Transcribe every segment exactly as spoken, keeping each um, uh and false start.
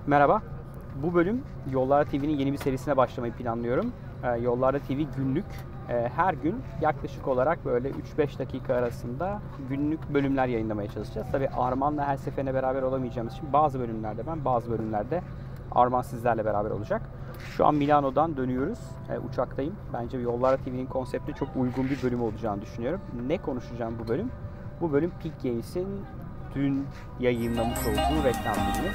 Merhaba. Bu bölüm Yollarda T V'nin yeni bir serisine başlamayı planlıyorum. Ee, Yollarda T V günlük. Ee, her gün yaklaşık olarak böyle üç beş dakika arasında günlük bölümler yayınlamaya çalışacağız. Tabii Arman'la her seferinde beraber olamayacağımız için bazı bölümlerde ben, bazı bölümlerde Arman sizlerle beraber olacak. Şu an Milano'dan dönüyoruz. Ee, uçaktayım. Bence Yollarda T V'nin konseptine çok uygun bir bölüm olacağını düşünüyorum. Ne konuşacağım bu bölüm? Bu bölüm Peak Games'in dün yayınlamış olduğu reklam filmi.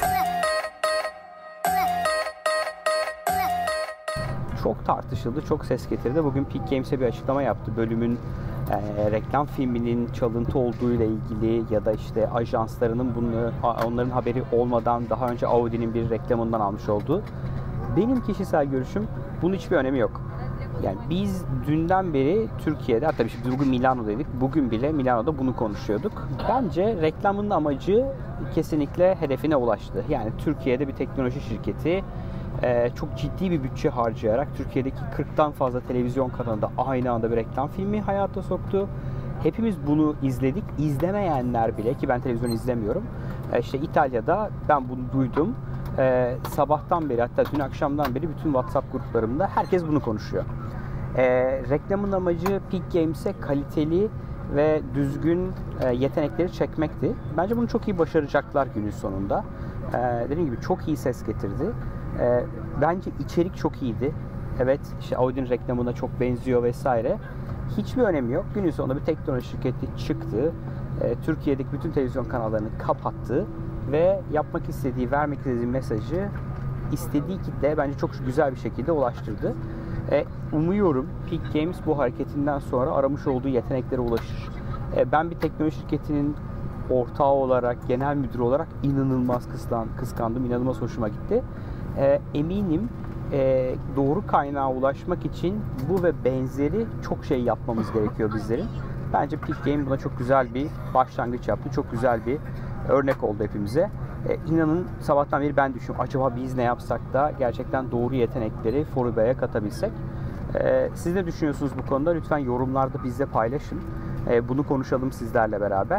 Çok tartışıldı, çok ses getirdi. Bugün Peak Games'e bir açıklama yaptı. Bölümün e, reklam filminin çalıntı olduğu ile ilgili ya da işte ajanslarının bunu onların haberi olmadan daha önce Audi'nin bir reklamından almış olduğu. Benim kişisel görüşüm bunun hiçbir önemi yok. Yani biz dünden beri Türkiye'de, hatta biz bugün Milano'daydık. Bugün bile Milano'da bunu konuşuyorduk. Bence reklamın amacı kesinlikle hedefine ulaştı. Yani Türkiye'de bir teknoloji şirketi Ee, çok ciddi bir bütçe harcayarak Türkiye'deki kırktan fazla televizyon kanalında aynı anda bir reklam filmi hayata soktu. Hepimiz bunu izledik. İzlemeyenler bile, ki ben televizyon izlemiyorum. Ee, işte İtalya'da ben bunu duydum. Ee, sabahtan beri, hatta dün akşamdan beri bütün WhatsApp gruplarımda herkes bunu konuşuyor. Ee, reklamın amacı Peak Games'e kaliteli ve düzgün e, yetenekleri çekmekti. Bence bunu çok iyi başaracaklar günün sonunda. Ee, dediğim gibi çok iyi ses getirdi. E, bence içerik çok iyiydi. Evet, işte Audi'nin reklamına çok benziyor vesaire. Hiçbir önemi yok. Günün sonunda bir teknoloji şirketi çıktı. E, Türkiye'deki bütün televizyon kanallarını kapattı ve yapmak istediği, vermek istediği mesajı istediği kitleye bence çok güzel bir şekilde ulaştırdı. E, umuyorum Peak Games bu hareketinden sonra aramış olduğu yeteneklere ulaşır. E, ben bir teknoloji şirketinin ortağı olarak, genel müdür olarak inanılmaz kıskan, kıskandım, inanılmaz hoşuma gitti. E, eminim e, doğru kaynağa ulaşmak için bu ve benzeri çok şey yapmamız gerekiyor bizlerin. Bence Peak Game buna çok güzel bir başlangıç yaptı. Çok güzel bir örnek oldu hepimize. E, inanın sabahtan beri ben düşünüyorum. Acaba biz ne yapsak da gerçekten doğru yetenekleri Foruba'ya katabilsek. E, siz ne düşünüyorsunuz bu konuda? Lütfen yorumlarda bizle paylaşın. E, bunu konuşalım sizlerle beraber.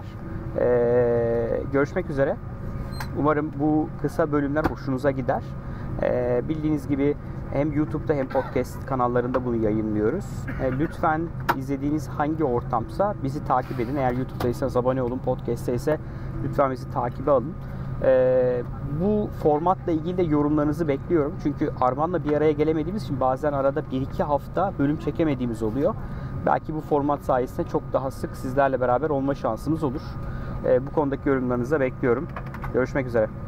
E, görüşmek üzere. Umarım bu kısa bölümler hoşunuza gider. Ee, bildiğiniz gibi hem YouTube'da hem podcast kanallarında bunu yayınlıyoruz. Ee, lütfen izlediğiniz hangi ortamsa bizi takip edin. Eğer YouTube'daysanız abone olun, podcast'ta ise lütfen bizi takibe alın. Ee, bu formatla ilgili de yorumlarınızı bekliyorum. Çünkü Arman'la bir araya gelemediğimiz için bazen arada bir iki hafta bölüm çekemediğimiz oluyor. Belki bu format sayesinde çok daha sık sizlerle beraber olma şansımız olur. Ee, bu konudaki yorumlarınızı bekliyorum. Görüşmek üzere.